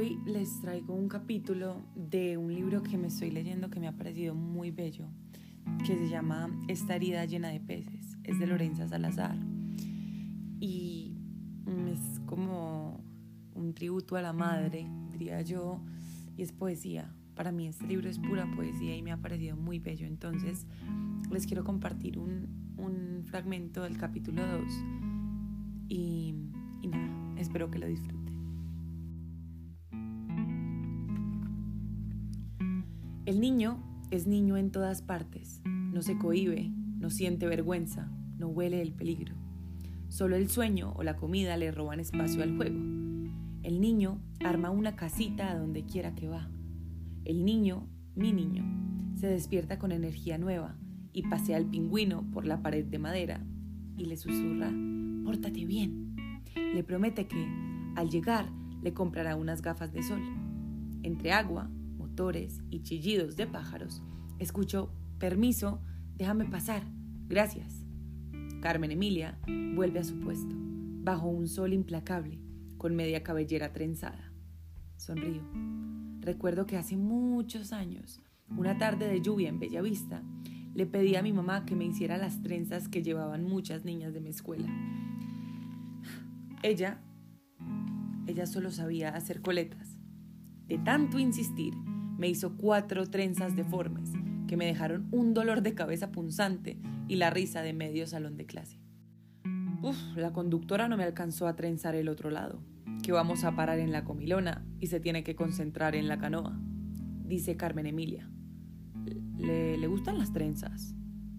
Hoy les traigo un capítulo de un libro que me estoy leyendo que me ha parecido muy bello, que se llama Esta herida llena de peces. Es de Lorenza Salazar y es como un tributo a la madre, diría yo, y es poesía. Para mí este libro es pura poesía y me ha parecido muy bello. Entonces les quiero compartir un fragmento del capítulo 2 y nada, espero que lo disfruten. El niño es niño en todas partes, no se cohíbe, no siente vergüenza, no huele el peligro. Solo el sueño o la comida le roban espacio al juego. El niño arma una casita a donde quiera que va. El niño, mi niño, se despierta con energía nueva y pasea al pingüino por la pared de madera y le susurra: «Pórtate bien». Le promete que, al llegar, le comprará unas gafas de sol. Entre agua, motores y chillidos de pájaros, escucho: «Permiso, déjame pasar, gracias». Carmen Emilia vuelve a su puesto, bajo un sol implacable, con media cabellera trenzada. Sonrío. Recuerdo que hace muchos años, una tarde de lluvia en Bellavista, le pedí a mi mamá que me hiciera las trenzas que llevaban muchas niñas de mi escuela. Ella solo sabía hacer coletas. De tanto insistir, me hizo 4 trenzas deformes que me dejaron un dolor de cabeza punzante y la risa de medio salón de clase. La conductora no me alcanzó a trenzar el otro lado, que vamos a parar en la comilona y se tiene que concentrar en la canoa, dice Carmen Emilia. ¿Le gustan las trenzas?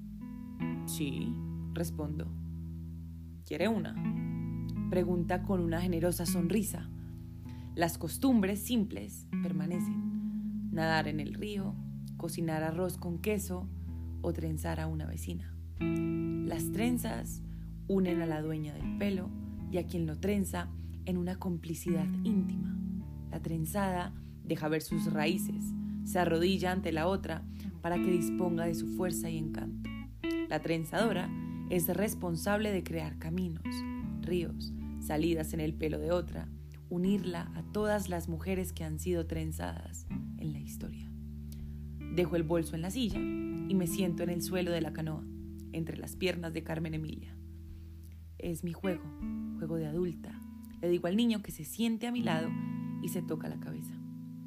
Sí, respondo. ¿Quiere una?, pregunta con una generosa sonrisa. Las costumbres simples permanecen: nadar en el río, cocinar arroz con queso o trenzar a una vecina. Las trenzas unen a la dueña del pelo y a quien lo trenza en una complicidad íntima. La trenzada deja ver sus raíces, se arrodilla ante la otra para que disponga de su fuerza y encanto. La trenzadora es responsable de crear caminos, ríos, salidas en el pelo de otra, unirla a todas las mujeres que han sido trenzadas en la historia. Dejo el bolso en la silla y me siento en el suelo de la canoa, entre las piernas de Carmen Emilia. Es mi juego de adulta. Le digo al niño que se siente a mi lado y se toca la cabeza.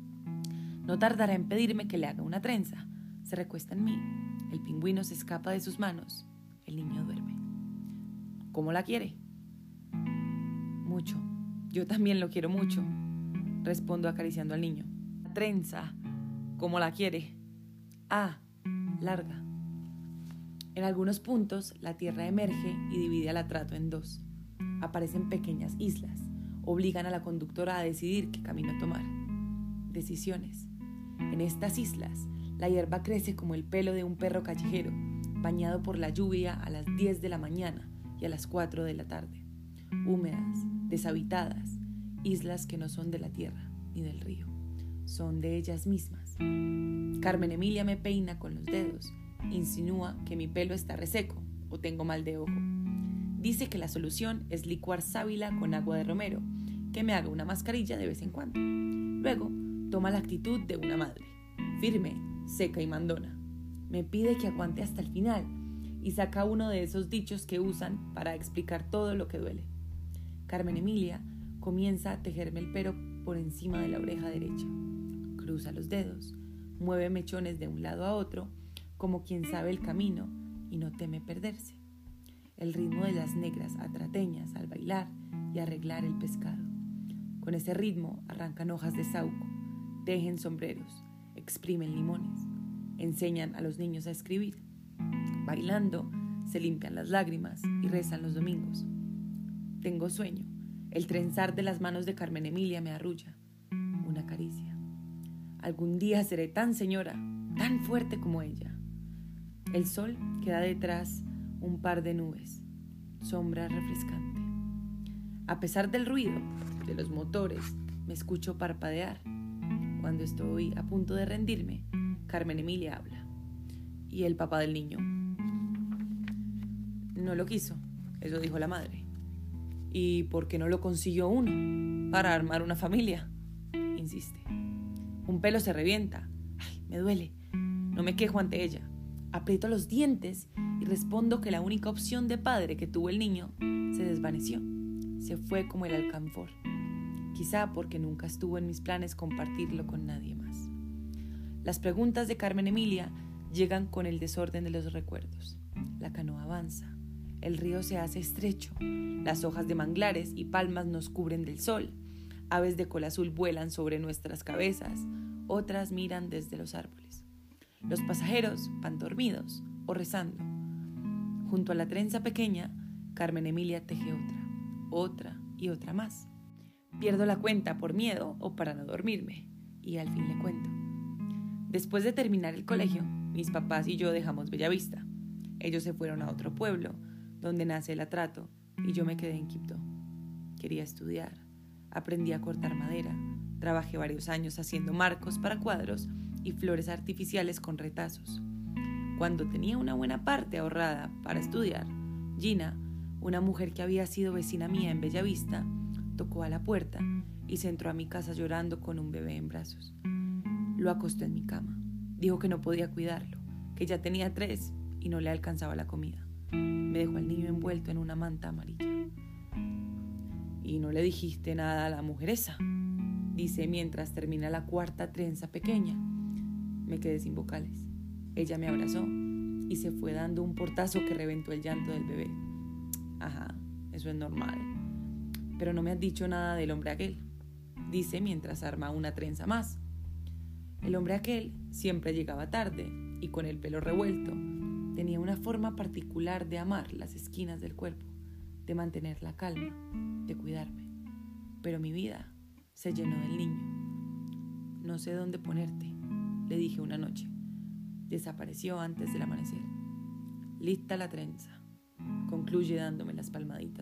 No tardará en pedirme que le haga una trenza. Se recuesta en mí. El pingüino se escapa de sus manos. El niño duerme. ¿Cómo la quiere? Mucho. Yo también lo quiero mucho, respondo acariciando al niño. La trenza, ¿cómo la quiere? Larga. En algunos puntos, la tierra emerge y divide al atrato en 2. Aparecen pequeñas islas, obligan a la conductora a decidir qué camino tomar. Decisiones. En estas islas, la hierba crece como el pelo de un perro callejero, bañado por la lluvia a las 10 de la mañana y a las 4 de la tarde. Húmedas, deshabitadas, islas que no son de la tierra ni del río, son de ellas mismas. Carmen Emilia me peina con los dedos, insinúa que mi pelo está reseco o tengo mal de ojo. Dice que la solución es licuar sábila con agua de romero, que me haga una mascarilla de vez en cuando. Luego toma la actitud de una madre, firme, seca y mandona. Me pide que aguante hasta el final y saca uno de esos dichos que usan para explicar todo lo que duele. Carmen Emilia comienza a tejerme el pelo por encima de la oreja derecha. Cruza los dedos, mueve mechones de un lado a otro, como quien sabe el camino y no teme perderse. El ritmo de las negras atrateñas al bailar y arreglar el pescado. Con ese ritmo arrancan hojas de saúco, tejen sombreros, exprimen limones, enseñan a los niños a escribir. Bailando, se limpian las lágrimas y rezan los domingos. Tengo sueño. El trenzar de las manos de Carmen Emilia me arrulla. Una caricia. Algún día seré tan señora, tan fuerte como ella. El sol queda detrás un par de nubes, sombra refrescante. A pesar del ruido de los motores, me escucho parpadear. Cuando estoy a punto de rendirme, Carmen Emilia habla. ¿Y el papá del niño? No lo quiso, eso dijo la madre. ¿Y por qué no lo consiguió uno? Para armar una familia, insiste. Un pelo se revienta. Ay, me duele. No me quejo ante ella. Aprieto los dientes y respondo que la única opción de padre que tuvo el niño se desvaneció. Se fue como el alcanfor. Quizá porque nunca estuvo en mis planes compartirlo con nadie más. Las preguntas de Carmen Emilia llegan con el desorden de los recuerdos. La canoa avanza. El río se hace estrecho. Las hojas de manglares y palmas nos cubren del sol. Aves de cola azul vuelan sobre nuestras cabezas. Otras miran desde los árboles. Los pasajeros van dormidos o rezando. Junto a la trenza pequeña, Carmen Emilia teje otra y otra más. Pierdo la cuenta por miedo o para no dormirme, y al fin le cuento. Después de terminar el colegio, mis papás y yo dejamos Bellavista. Ellos se fueron a otro pueblo, donde nace el atrato, y yo me quedé en Quibdó. Quería estudiar, aprendí a cortar madera, trabajé varios años haciendo marcos para cuadros y flores artificiales con retazos. Cuando tenía una buena parte ahorrada para estudiar, Gina, una mujer que había sido vecina mía en Bellavista, tocó a la puerta y se entró a mi casa llorando con un bebé en brazos. Lo acosté en mi cama. Dijo que no podía cuidarlo, que ya tenía 3 y no le alcanzaba la comida. Me dejó al niño envuelto en una manta amarilla. «¿Y no le dijiste nada a la mujer esa?», dice mientras termina la 4ª trenza pequeña. Me quedé sin vocales. Ella me abrazó y se fue dando un portazo que reventó el llanto del bebé. «Ajá, eso es normal. Pero no me has dicho nada del hombre aquel», dice mientras arma una trenza más. El hombre aquel siempre llegaba tarde y con el pelo revuelto. Tenía una forma particular de amar las esquinas del cuerpo, de mantener la calma, de cuidarme. Pero mi vida se llenó del niño. «No sé dónde ponerte», le dije una noche. Desapareció antes del amanecer. «Lista la trenza», concluye dándome las palmaditas.